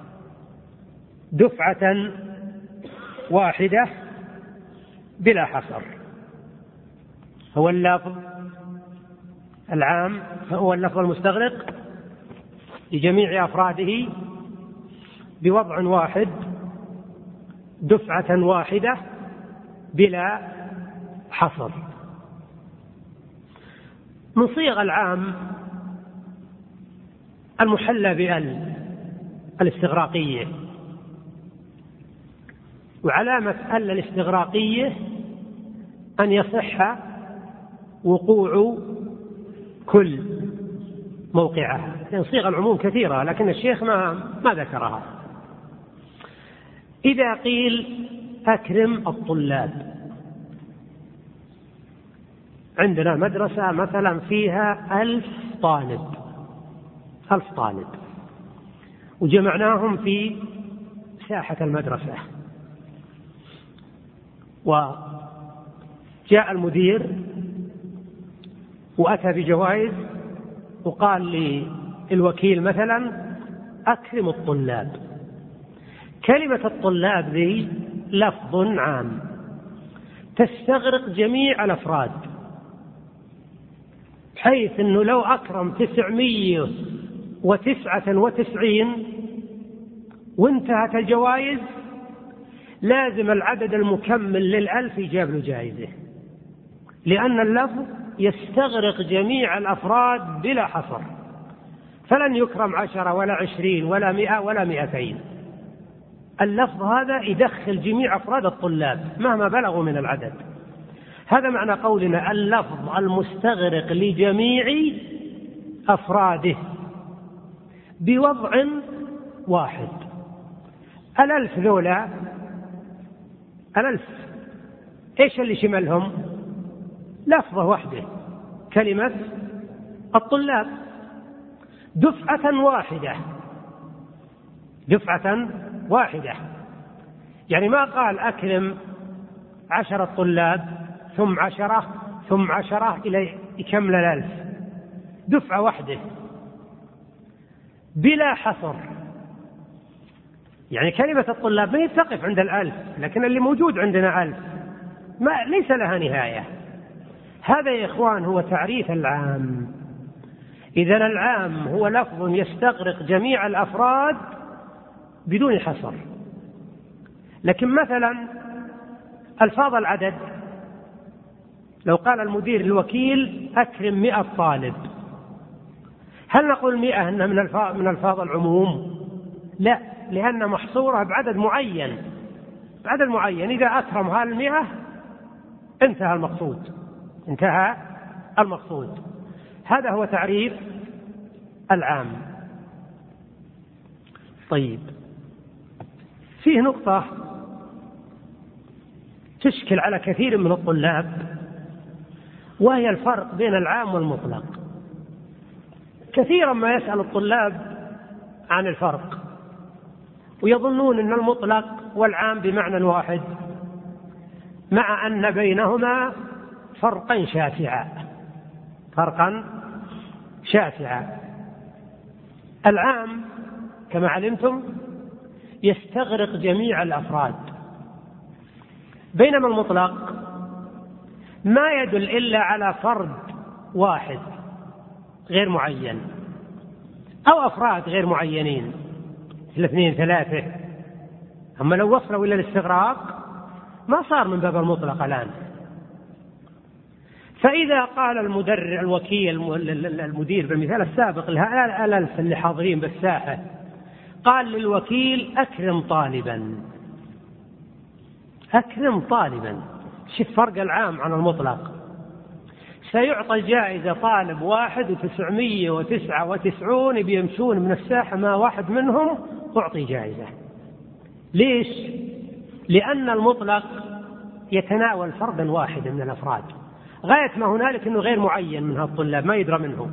دفعة واحدة بلا حصر. هو اللفظ العام هو اللفظ المستغرق لجميع أفراده بوضع واحد دفعة واحدة بلا حصر. من صيغ العام المحلى بأل الاستغراقية، وعلامة أل الاستغراقية أن يصح وقوع كل موقعها، لأن صيغ العموم كثيرة لكن الشيخ ما ذكرها. إذا قيل أكرم الطلاب، عندنا مدرسة مثلا فيها 1000 طالب وجمعناهم في ساحة المدرسة، وجاء المدير وأتى بجوائز وقال للوكيل مثلا أكرم الطلاب. كلمة الطلاب ذي لفظ عام تستغرق جميع الأفراد، بحيث أنه لو أكرم 999 وانتهت الجوائز لازم العدد المكمل لل1000 يجاب له جائزة، لأن اللفظ يستغرق جميع الأفراد بلا حصر، فلن يكرم 10 ولا 20 ولا 100 ولا 200. اللفظ هذا يدخل جميع أفراد الطلاب مهما بلغوا من العدد. هذا معنى قولنا اللفظ المستغرق لجميع أفراده بوضع واحد. 1000 ذولا 1000 إيش اللي شملهم؟ لفظة واحدة، كلمة الطلاب، دفعة واحدة. يعني ما قال أكرم 10 طلاب ثم 10 ثم 10 إلى يكمل 1000، دفعة واحدة بلا حصر. يعني كلمة الطلاب ما تقف عند 1000، لكن اللي موجود عندنا 1000 ليس لها نهاية. هذا يا إخوان هو تعريف العام. إذن العام هو لفظ يستغرق جميع الأفراد بدون حصر. لكن مثلا ألفاظ العدد، لو قال المدير للوكيل أكرم 100 طالب، هل نقول 100 أنها من ألفاظ العموم؟ لا، لأنها محصورة بعدد معين. إذا أكرم هال100 انتهى المقصود. هذا هو تعريف العام. طيب، فيه نقطة تشكل على كثير من الطلاب، وهي الفرق بين العام والمطلق. كثيرا ما يسأل الطلاب عن الفرق ويظنون أن المطلق والعام بمعنى واحد، مع أن بينهما فرقا شاسعا. العام كما علمتم يستغرق جميع الأفراد، بينما المطلق ما يدل إلا على فرد واحد غير معين أو أفراد غير معينين، الاثنين ثلاثة. أما لو وصلوا إلى الاستغراق ما صار من باب المطلق الآن. فإذا قال الوكيل المدير بالمثال السابق الألف اللي حاضرين بالساحة، قال للوكيل أكرم طالبا، أكرم طالبا، شوف فرق العام عن المطلق. سيعطى جائزة طالب 1999 بيمشون من الساحة ما واحد منهم أعطي جائزة. ليش؟ لأن المطلق يتناول فردا واحدا من الأفراد، غاية ما هنالك أنه غير معين من هالطلاب ما يدرى منهم.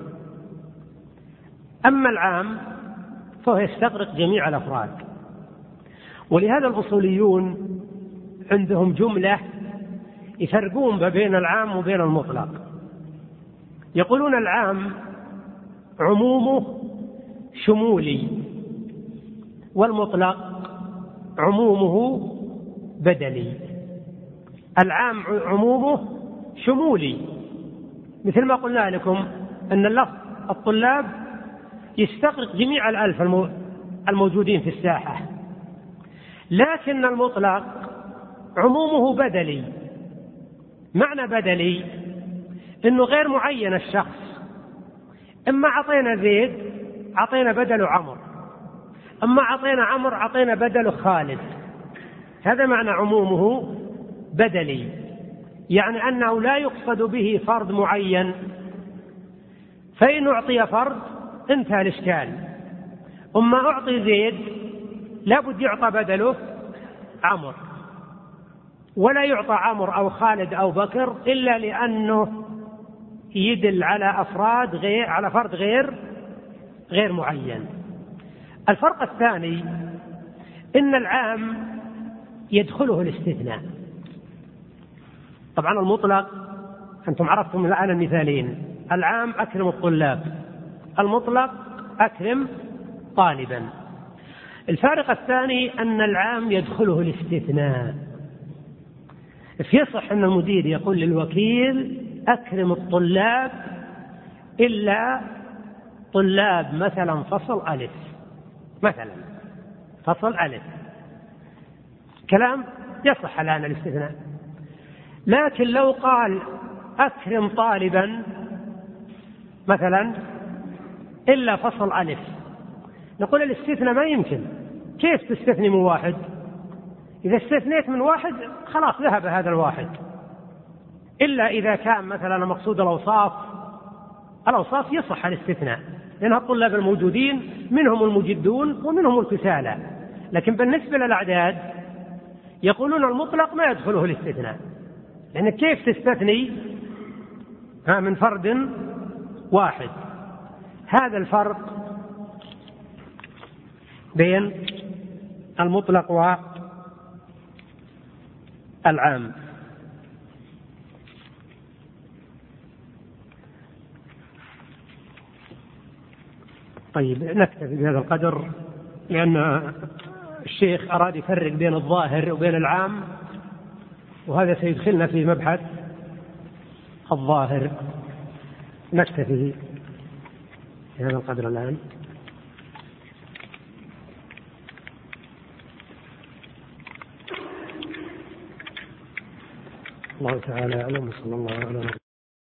أما العام فهو يستغرق جميع الأفراد. ولهذا الأصوليون عندهم جملة يفرقون بين العام وبين المطلق. يقولون العام عمومه شمولي، والمطلق عمومه بدلي. العام عمومه شمولي، مثل ما قلنا لكم أن اللفظ الطلاب يستغرق جميع الألف الموجودين في الساحة، لكن المطلق عمومه بدلي. معنى بدلي إنه غير معين الشخص، إما عطينا زيد عطينا بدله عمر، أما عطينا عمر عطينا بدله خالد. هذا معنى عمومه بدلي، يعني أنه لا يقصد به فرد معين، فإن أعطي فرد انتهى الإشكال. أما أعطي زيد لابد يعطى بدله عمر، ولا يعطى عمر أو خالد أو بكر إلا لأنه يدل على أفراد على فرد غير معين. الفرق الثاني إن العام يدخله الاستثناء. طبعا المطلق أنتم عرفتم الآن المثالين، العام أكرم الطلاب، المطلق أكرم طالبا. الفارق الثاني أن العام يدخله الاستثناء. يصح أن المدير يقول للوكيل أكرم الطلاب إلا طلاب مثلا فصل ألف، مثلا فصل ألف، كلام يصح الآن الاستثناء. لكن لو قال أكرم طالبا مثلا إلا فصل ألف، نقول الاستثناء ما يمكن. كيف تستثني من واحد؟ إذا استثنيت من واحد خلاص ذهب هذا الواحد، إلا إذا كان مثلا مقصود الأوصاف يصح الاستثناء، لأن الطلاب الموجودين منهم المجدون ومنهم الكسالى. لكن بالنسبة للأعداد يقولون المطلق ما يدخله الاستثناء، لأن كيف تستثني من فرد واحد؟ هذا الفرق بين المطلق والعام. طيب نكتفي بهذا القدر، لأن الشيخ أراد يفرق بين الظاهر وبين العام، وهذا سيدخلنا في مبحث الظاهر. نكتفي بهذا القدر الآن. الله تعالى أعلم، صلى الله عليه وسلم.